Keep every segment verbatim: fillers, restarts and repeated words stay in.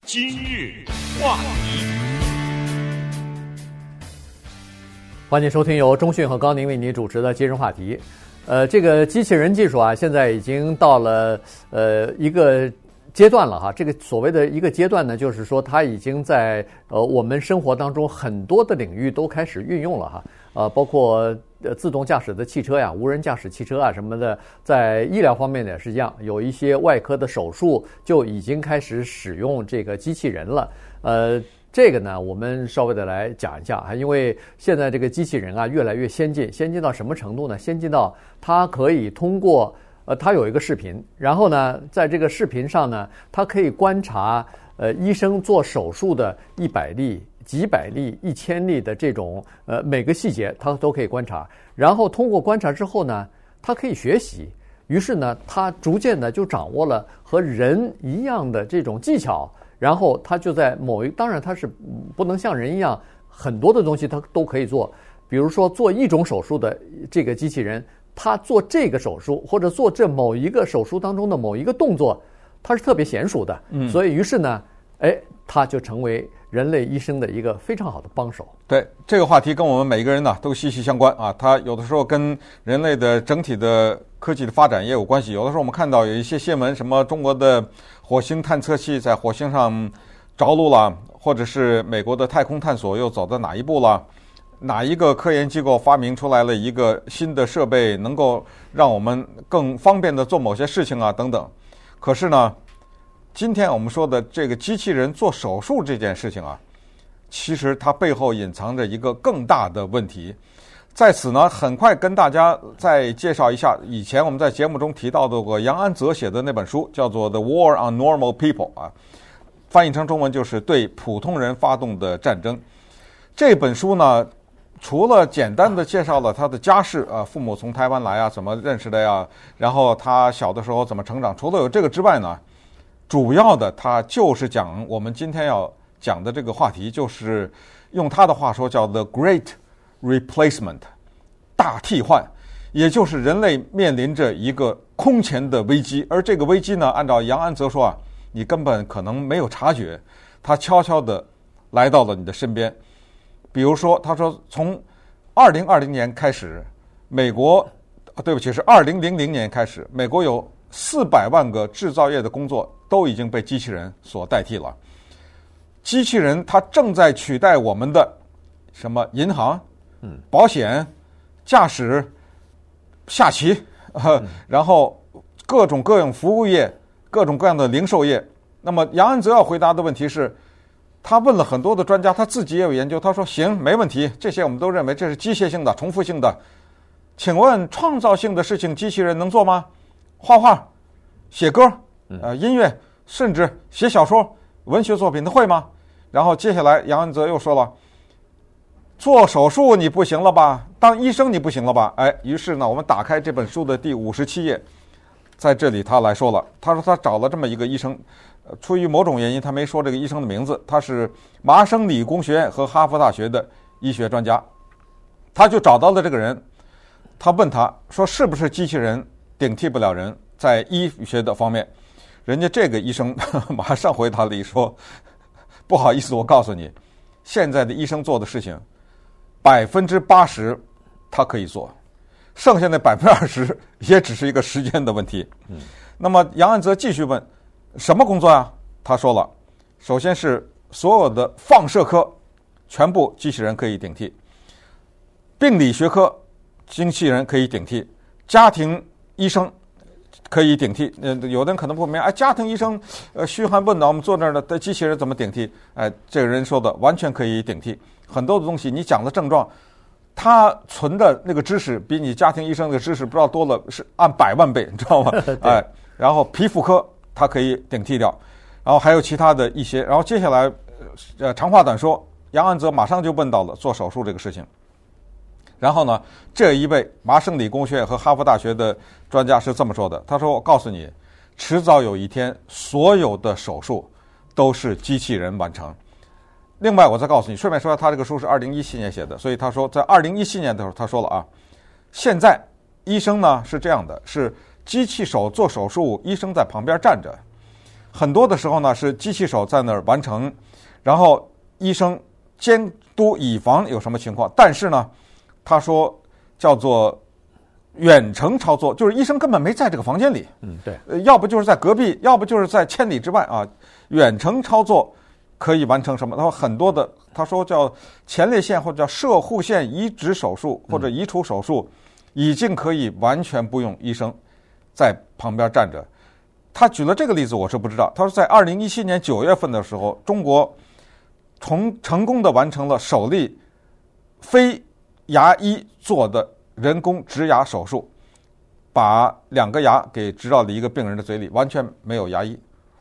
今日话题， 欢迎收听由钟讯和高宁为你主持的今日话题。呃，这个机器人技术啊，现在已经到了呃一个阶段了哈。这个所谓的一个阶段呢，就是说它已经在呃我们生活当中很多的领域都开始运用了哈。呃，包括呃自动驾驶的汽车呀、无人驾驶汽车啊什么的，在医疗方面也是一样，有一些外科的手术就已经开始使用这个机器人了。呃。这个呢，我们稍微的来讲一下啊，因为现在这个机器人啊越来越先进，先进到什么程度呢？先进到它可以通过呃，它有一个视频，然后呢，在这个视频上呢，它可以观察呃医生做手术的一百例、几百例、一千例的这种呃每个细节，它都可以观察。然后通过观察之后呢，它可以学习，于是呢，它逐渐的就掌握了和人一样的这种技巧。然后他就在某一，当然他是不能像人一样很多的东西他都可以做，比如说做一种手术的这个机器人，他做这个手术或者做这某一个手术当中的某一个动作，他是特别娴熟的，嗯，所以于是呢，哎，他就成为人类医生的一个非常好的帮手。 对，这个话题跟我们每个人呢都息息相关啊，它有的时候跟人类的整体的科技的发展也有关系。有的时候我们看到有一些新闻，什么中国的火星探测器在火星上着陆了，或者是美国的太空探索又走到哪一步了，哪一个科研机构发明出来了一个新的设备，能够让我们更方便的做某些事情啊等等。可是呢，今天我们说的这个机器人做手术这件事情啊，其实它背后隐藏着一个更大的问题。在此呢，很快跟大家再介绍一下以前我们在节目中提到的过杨安泽写的那本书，叫做《The War on Normal People》啊，翻译成中文就是对普通人发动的战争。这本书呢，除了简单的介绍了他的家世啊，父母从台湾来啊，怎么认识的呀，然后他小的时候怎么成长，除了有这个之外呢，主要的他就是讲我们今天要讲的这个话题，就是用他的话说叫 The Great Replacement， 大替换，也就是人类面临着一个空前的危机。而这个危机呢，按照杨安泽说啊，你根本可能没有察觉，他悄悄地来到了你的身边。比如说，他说从二零二零年开始，美国，对不起，是二零零零年开始，美国有四百万个制造业的工作都已经被机器人所代替了。机器人它正在取代我们的什么银行、嗯，保险、驾驶、下棋，呃，然后各种各样服务业、各种各样的零售业。那么杨安泽要回答的问题是，他问了很多的专家，他自己也有研究，他说行，没问题，这些我们都认为这是机械性的、重复性的。请问创造性的事情机器人能做吗？画画、写歌、呃，音乐，甚至写小说、文学作品，他会吗？然后接下来杨安泽又说了，做手术你不行了吧？当医生你不行了吧？哎，于是呢，我们打开这本书的第五十七页，在这里他来说了，他说他找了这么一个医生，呃，出于某种原因他没说这个医生的名字，他是麻省理工学院和哈佛大学的医学专家，他就找到了这个人，他问他说是不是机器人顶替不了人在医学的方面？人家这个医生马上回答了一说，不好意思，我告诉你，现在的医生做的事情百分之八十他可以做，剩下的百分之二十也只是一个时间的问题。嗯，那么杨安泽继续问，什么工作啊？他说了，首先是所有的放射科全部机器人可以顶替，病理学科机器人可以顶替，家庭医生可以顶替。呃，有的人可能不明白，哎，家庭医生呃嘘寒问暖，我们坐那儿的机器人怎么顶替？哎，这个人说的完全可以顶替。很多的东西你讲的症状，他存的那个知识比你家庭医生的知识不知道多了，是按百万倍，你知道吗？哎，然后皮肤科它可以顶替掉，然后还有其他的一些。然后接下来，呃，长话短说，杨安泽马上就问到了做手术这个事情。然后呢，这一位麻省理工学院和哈佛大学的专家是这么说的，他说，我告诉你，迟早有一天所有的手术都是机器人完成。另外我再告诉你，顺便说他这个书是二零一七年写的，所以他说在二零一七年的时候他说了啊，现在医生呢是这样的，是机器手做手术，医生在旁边站着， 很多的时候呢是机器手在那儿完成，然后医生监督以防有什么情况。但是呢，他说叫做远程操作，就是医生根本没在这个房间里， 嗯，对， 呃，要不就是在隔壁，要不就是在千里之外啊。远程操作可以完成什么？他说很多的，他说叫前列腺或者叫摄护腺移植手术或者移除手术，已经可以完全不用医生在旁边站着。他举了这个例子，我是不知道。他说，在二零一七年九月份的时候，中国从成功的完成了首例非牙医做的人工植牙手术，把两个牙给植到了一个病人的嘴里，完全没有牙医。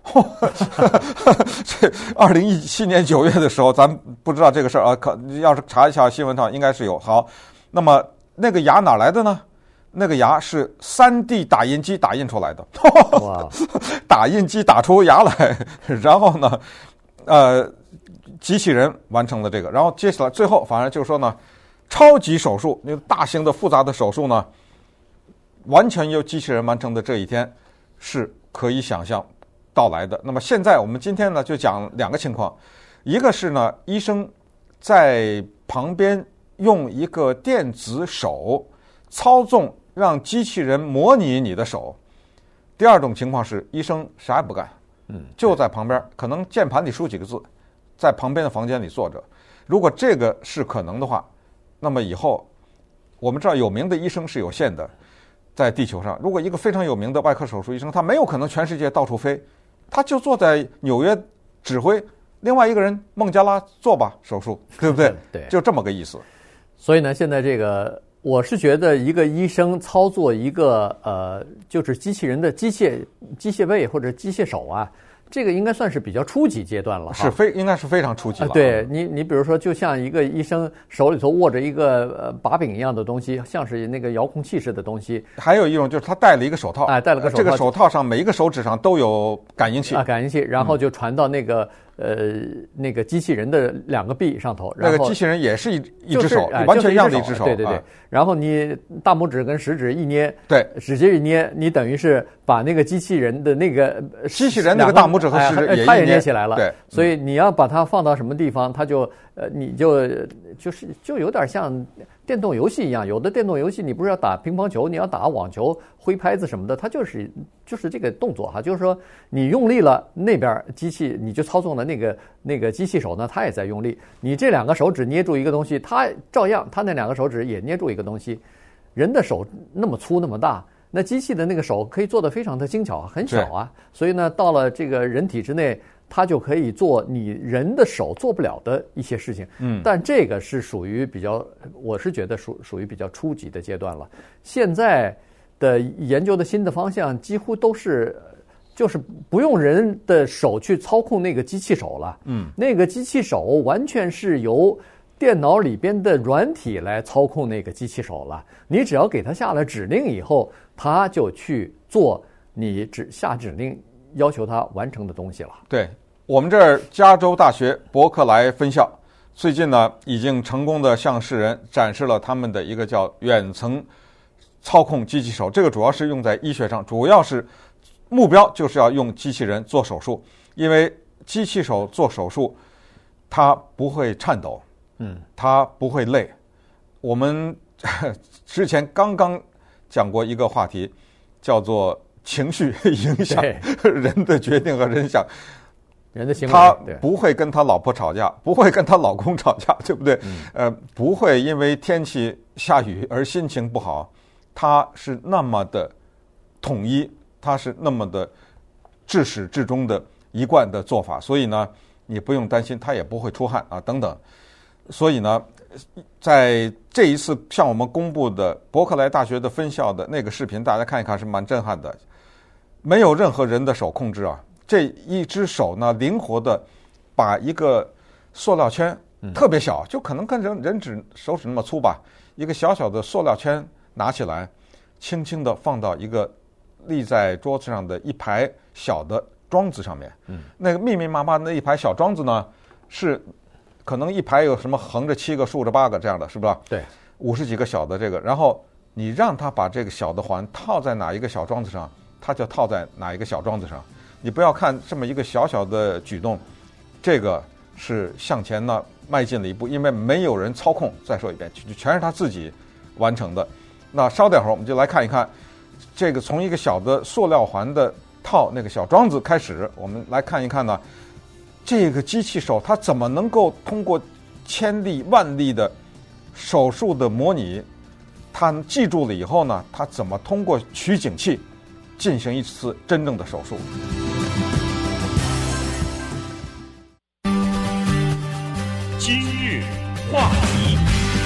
这二零一七年九月的时候，咱不知道这个事儿啊，可要是查一下新闻的话，应该是有。好，那么那个牙哪来的呢？那个牙是 三 D 打印机打印出来的， 哇， 打印机打出牙来，然后呢，呃，机器人完成了这个，然后接下来最后反而就是说呢，超级手术，那个大型的复杂的手术呢，完全由机器人完成的这一天是可以想象到来的。那么现在我们今天呢就讲两个情况，一个是呢，医生在旁边用一个电子手操纵，让机器人模拟你的手。第二种情况是医生啥也不干， 嗯， 就在旁边，可能键盘里输几个字，在旁边的房间里坐着。如果这个是可能的话，那么以后我们知道有名的医生是有限的，在地球上，如果一个非常有名的外科手术医生，他没有可能全世界到处飞，他就坐在纽约指挥，另外一个人孟加拉做吧手术，对不对？ 对， 就这么个意思。 所以呢，现在这个我是觉得一个医生操作一个呃，就是机器人的机械机械臂或者机械手啊，这个应该算是比较初级阶段了， 是非应该是非常初级了。 啊、对你，你比如说，就像一个医生手里头握着一个呃把柄一样的东西，像是那个遥控器似的东西。 还有一种就是他戴了一个手套， 哎，戴了个手套， 这个手套上每一个手指上都有感应器啊，感应器，然后就传到那个、嗯、呃那个机器人的两个臂上头。然后那个机器人也是一一只手， 就是、 完全一样的一只手。 对对对、啊。然后你大拇指跟食指一捏， 对， 指节一捏，你等于是把那个机器人的那个机器人那个大拇指和食指也一捏， 它也捏起来了。 对， 所以你要把它放到什么地方，它就呃，你就就是就有点像电动游戏一样。有的电动游戏你不是要打乒乓球，你要打网球、挥拍子什么的，它就是就是这个动作哈，就是说你用力了，那边机器你就操纵了那个那个机器手呢，它也在用力。你这两个手指捏住一个东西，它照样，它那两个手指也捏住一个东西。人的手那么粗那么大，那机器的那个手可以做得非常的精巧，很小啊。所以呢，到了这个人体之内，它就可以做你人的手做不了的一些事情。 嗯， 但这个是属于比较，我是觉得属属于比较初级的阶段了。现在的研究的新的方向几乎都是，就是不用人的手去操控那个机器手了。 嗯， 那个机器手完全是由电脑里边的软体来操控那个机器手了，你只要给它下了指令以后，它就去做你指下指令要求它完成的东西了。 对，我们这儿加州大学伯克莱分校最近呢，已经成功的向世人展示了他们的一个叫远程操控机器手，这个主要是用在医学上，主要是目标就是要用机器人做手术，因为机器手做手术它不会颤抖。 嗯， 他不会累。我们之前刚刚讲过一个话题，叫做情绪影响人的决定和人想人的行为。 他不会跟他老婆吵架，不会跟他老公吵架，对不对？ 嗯、 呃，不会因为天气下雨而心情不好。他是那么的统一，他是那么的至始至终的一贯的做法，所以呢，你不用担心，他也不会出汗啊，等等。所以呢，在这一次向我们公布的伯克莱大学的分校的那个视频，大家看一看是蛮震撼的。没有任何人的手控制啊，这一只手呢，灵活的把一个塑料圈，特别小，就可能跟人人指手指那么粗吧，一个小小的塑料圈拿起来，轻轻的放到一个立在桌子上的一排小的桩子上面。 嗯， 那个密密麻麻的那一排小桩子呢，是可能一排有什么横着七个竖着八个这样的，是不是？ 对， 五十几个小的这个，然后你让他把这个小的环套在哪一个小桩子上，他就套在哪一个小桩子上。 你不要看这么一个小小的举动，这个是向前呢迈进了一步，因为没有人操控。再说一遍，全是他自己完成的。那稍等会儿我们就来看一看，这个从一个小的塑料环的套那个小桩子开始，我们来看一看呢，这个机器手它怎么能够通过千例万例的手术的模拟，他记住了以后呢，他怎么通过取景器进行一次真正的手术。 今日话题，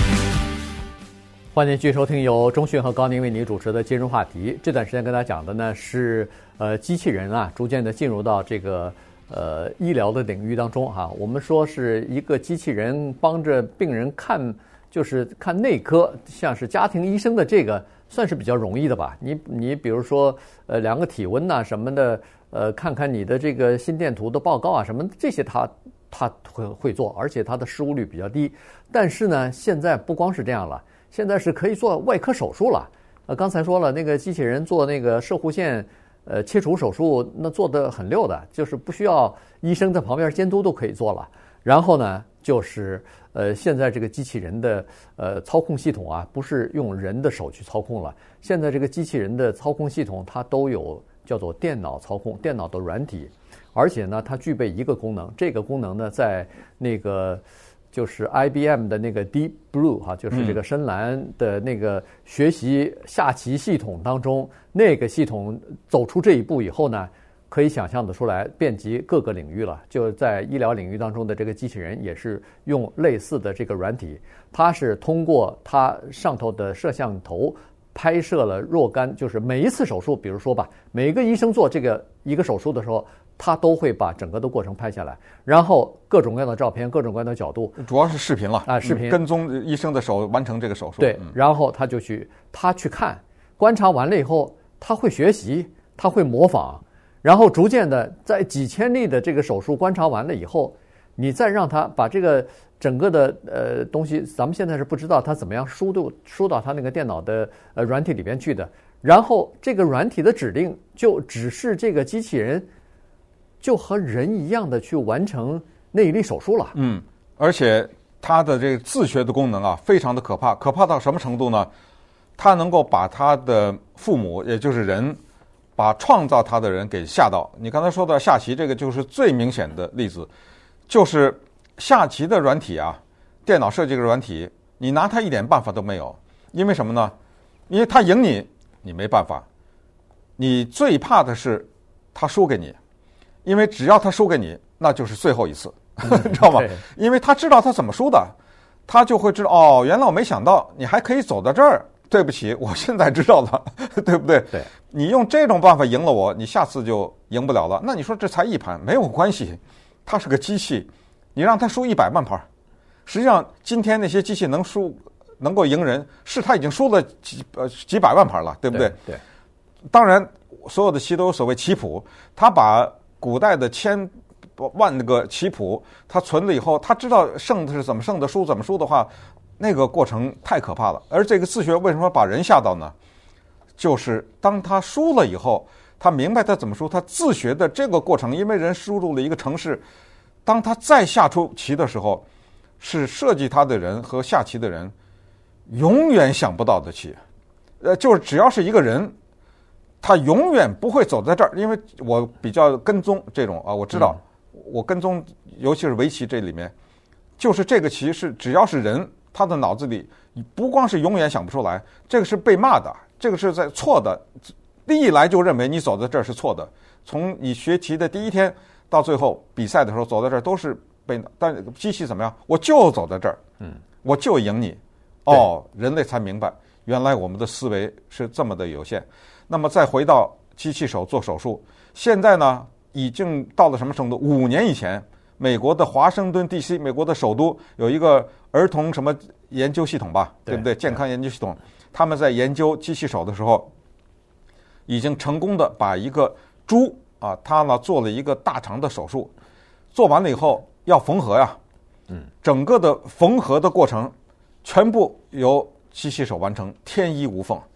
欢迎继续收听由钟迅和高宁为你主持的今日话题。这段时间跟大家讲的呢是呃机器人啊逐渐的进入到这个呃医疗的领域当中哈、啊。我们说是一个机器人帮着病人看，就是看内科，像是家庭医生的这个算是比较容易的吧。你你比如说呃量个体温呐、什么的，呃看看你的这个心电图的报告啊什么这些他他会会做，而且他的失误率比较低。但是呢，现在不光是这样了，现在是可以做外科手术了。呃，刚才说了，那个机器人做那个射弧线呃切除手术，那做得很溜的，就是不需要医生在旁边监督都可以做了。然后呢，就是呃现在这个机器人的呃操控系统啊，不是用人的手去操控了，现在这个机器人的操控系统它都有叫做电脑操控，电脑的软体。而且呢，它具备一个功能，这个功能呢，在那个就是 I B M 的那个 Deep Blue 哈、啊，就是这个深蓝的那个学习下棋系统当中，那个系统走出这一步以后呢，可以想象得出来，遍及各个领域了。就在医疗领域当中的这个机器人，也是用类似的这个软体，它是通过它上头的摄像头拍摄了若干，就是每一次手术，比如说吧，每一个医生做这个一个手术的时候，他都会把整个的过程拍下来，然后各种各样的照片，各种各样的角度， 主要是视频了啊，视频跟踪医生的手完成这个手术。 对，然后他就去他去看，观察完了以后，他会学习，他会模仿，然后逐渐的在几千例的这个手术观察完了以后，你再让他把这个整个的呃东西，咱们现在是不知道他怎么样输入输到他那个电脑的呃软体里边去的，然后这个软体的指令就只是这个机器人就和人一样的去完成那一例手术了。 嗯，而且它的这个自学的功能啊，非常的可怕，可怕到什么程度呢？它能够把他的父母，也就是人，把创造他的人给吓到。你刚才说到下棋，这个就是最明显的例子，就是下棋的软体啊，电脑设计的软体，你拿它一点办法都没有。因为什么呢？因为他赢你，你没办法。你最怕的是他输给你。因为只要他输给你，那就是最后一次，知道吗？因为他知道他怎么输的，他就会知道哦，原来我没想到你还可以走到这儿。对不起，我现在知道了，对不对？ 对， 你用这种办法赢了我，你下次就赢不了了。那你说这才一盘没有关系，它是个机器，你让它输一百万盘，实际上今天那些机器能输能够赢人，是他已经输了几呃几百万盘了，对不对？ 对。对当然，所有的棋都有所谓棋谱，他把古代的千万个棋谱，他存了以后，他知道胜的是怎么胜的，输怎么输的话，那个过程太可怕了。而这个自学为什么把人吓到呢？就是当他输了以后，他明白他怎么输，他自学的这个过程，因为人输入了一个程式，当他再下出棋的时候，是设计他的人和下棋的人永远想不到的棋。呃，就是只要是一个人，他永远不会走在这儿，因为我比较跟踪这种啊，我知道、嗯、我跟踪，尤其是围棋这里面，就是这个棋是只要是人，他的脑子里不光是永远想不出来，这个是被骂的，这个是在错的，一来就认为你走在这儿是错的。从你学棋的第一天到最后比赛的时候走在这儿都是被，但机器怎么样？我就走在这儿，嗯，我就赢你。哦，人类才明白，原来我们的思维是这么的有限。那么再回到机器手做手术，现在呢已经到了什么程度？五年以前，美国的华盛顿 D C， 美国的首都有一个儿童什么研究系统吧， 对, 对不对？健康研究系统，他们在研究机器手的时候，已经成功的把一个猪啊，他呢做了一个大肠的手术，做完了以后要缝合呀，嗯，整个的缝合的过程全部由机器手完成，天衣无缝。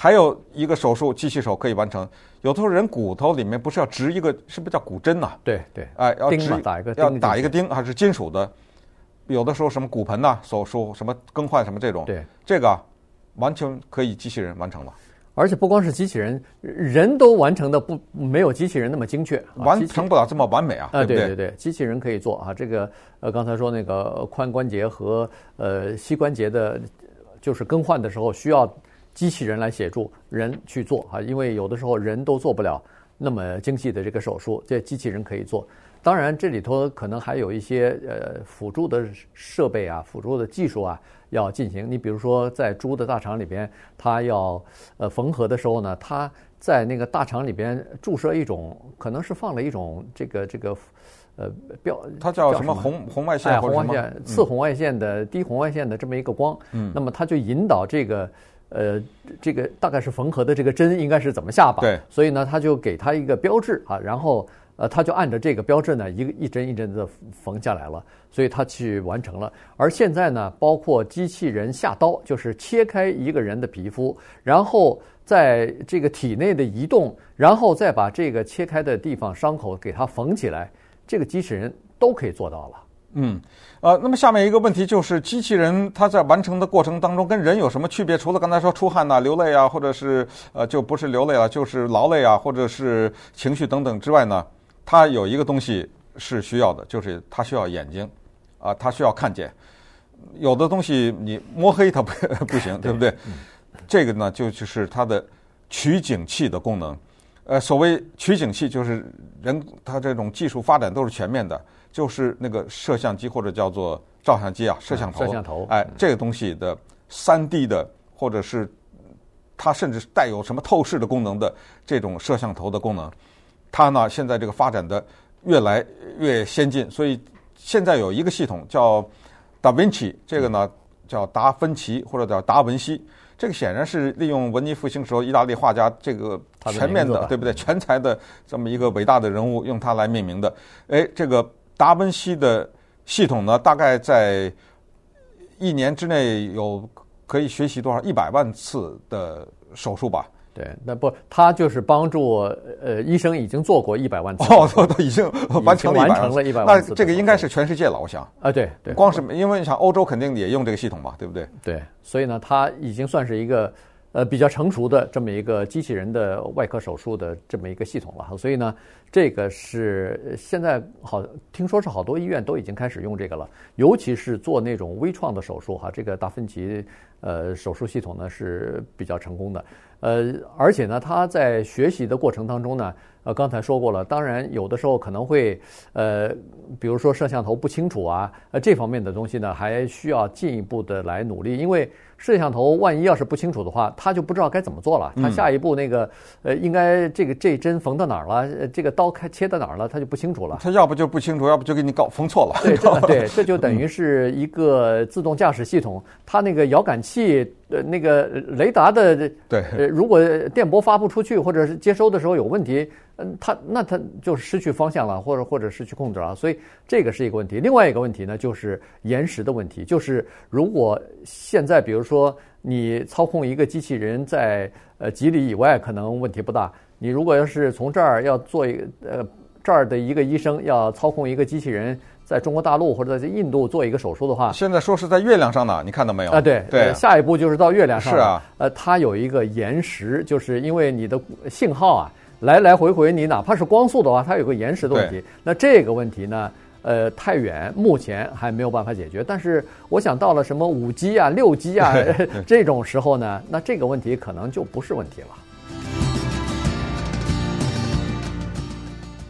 还有一个手术，机器手可以完成。有的时候人骨头里面不是要植一个，是不是叫骨针呐、啊？ 对对， 哎，要植打一个要打一个钉，还是金属的。有的时候什么骨盆呐、啊、手术什么更换什么这种， 对这个、啊、完全可以机器人完成了。 而且不光是机器人，人都完成的不没有机器人那么精确， 啊、完成不了这么完美啊！ 啊， 对不对？ 对对对，机器人可以做啊。这个呃，刚才说那个髋关节和呃膝关节的，就是更换的时候需要机器人来协助人去做啊，因为有的时候人都做不了那么精细的这个手术，这机器人可以做。当然，这里头可能还有一些呃辅助的设备啊、辅助的技术啊要进行。你比如说，在猪的大肠里边，它要呃缝合的时候呢，它在那个大肠里边注射一种，可能是放了一种这个这个呃标， 它叫什么红红外线哎， 或者什么红外线、次红外线的、低红外线的这么一个光。 嗯， 那么它就引导这个。呃，这个大概是缝合的这个针应该是怎么下吧？ 对， 所以呢，他就给他一个标志啊，然后呃，他就按照这个标志呢，一个一针一针的缝下来了，所以他去完成了。而现在呢，包括机器人下刀，就是切开一个人的皮肤，然后在这个体内的移动，然后再把这个切开的地方伤口给它缝起来，这个机器人都可以做到了。 嗯，呃，那么下面一个问题就是，机器人它在完成的过程当中跟人有什么区别？除了刚才说出汗呐、流泪啊，或者是呃，就不是流泪了，就是劳累啊，或者是情绪等等之外呢，它有一个东西是需要的，就是它需要眼睛，啊，它需要看见。有的东西你摸黑它不不行，对不对？这个呢，就就是它的取景器的功能。呃，所谓取景器，就是人它这种技术发展都是全面的。就是那个摄像机或者叫做照相机啊，摄像头， 摄像头， 哎，这个东西的三 D 的，或者是它甚至带有什么透视的功能的这种摄像头的功能，它呢现在这个发展的越来越先进，所以现在有一个系统叫达芬奇，这个呢叫达芬奇或者叫达文西，这个显然是利用文艺复兴时候意大利画家这个全面的，对不对？全才的这么一个伟大的人物，用它来命名的。哎，这个达文西的系统呢，大概在一年之内有可以学习多少一百万次的手术吧？ 对，那不，他就是帮助呃，医生已经做过一百万次哦，都都已经完成了完成了一百万次， 那这个应该是全世界了，我想啊，对对， 光是因为你想欧洲肯定也用这个系统嘛，对不对？ 对，所以呢，它已经算是一个呃比较成熟的这么一个机器人的外科手术的这么一个系统了，所以呢，这个是现在好听说是好多医院都已经开始用这个了，尤其是做那种微创的手术哈，这个达芬奇呃手术系统呢是比较成功的。呃，而且呢，他在学习的过程当中呢，呃，刚才说过了，当然有的时候可能会，呃，比如说摄像头不清楚啊，呃，这方面的东西呢，还需要进一步的来努力，因为摄像头万一要是不清楚的话，他就不知道该怎么做了，他下一步那个，呃，应该这个这针缝到哪儿了，这个刀开切到哪儿了，他就不清楚了。 他要不就不清楚，要不就给你搞缝错了。 对，这对，这就等于是一个自动驾驶系统，它那个遥感器。呃，那个雷达的对， 呃，如果电波发不出去，或者是接收的时候有问题，嗯，它那它就失去方向了，或者或者失去控制了，所以这个是一个问题。另外一个问题呢，就是延时的问题，就是如果现在比如说你操控一个机器人在呃几里以外，可能问题不大。你如果要是从这儿要做一个呃这儿的一个医生要操控一个机器人。在中国大陆或者在印度做一个手术的话， 现在说是在月亮上呢，你看到没有？ 啊，对对、 呃，下一步就是到月亮上。 是啊， 呃，它有一个延时，就是因为你的信号啊，来来回回，你哪怕是光速的话，它有个延时的问题。那这个问题呢，呃，太远，目前还没有办法解决。但是我想到了什么五 G 啊、六 G 啊这种时候呢，那这个问题可能就不是问题了。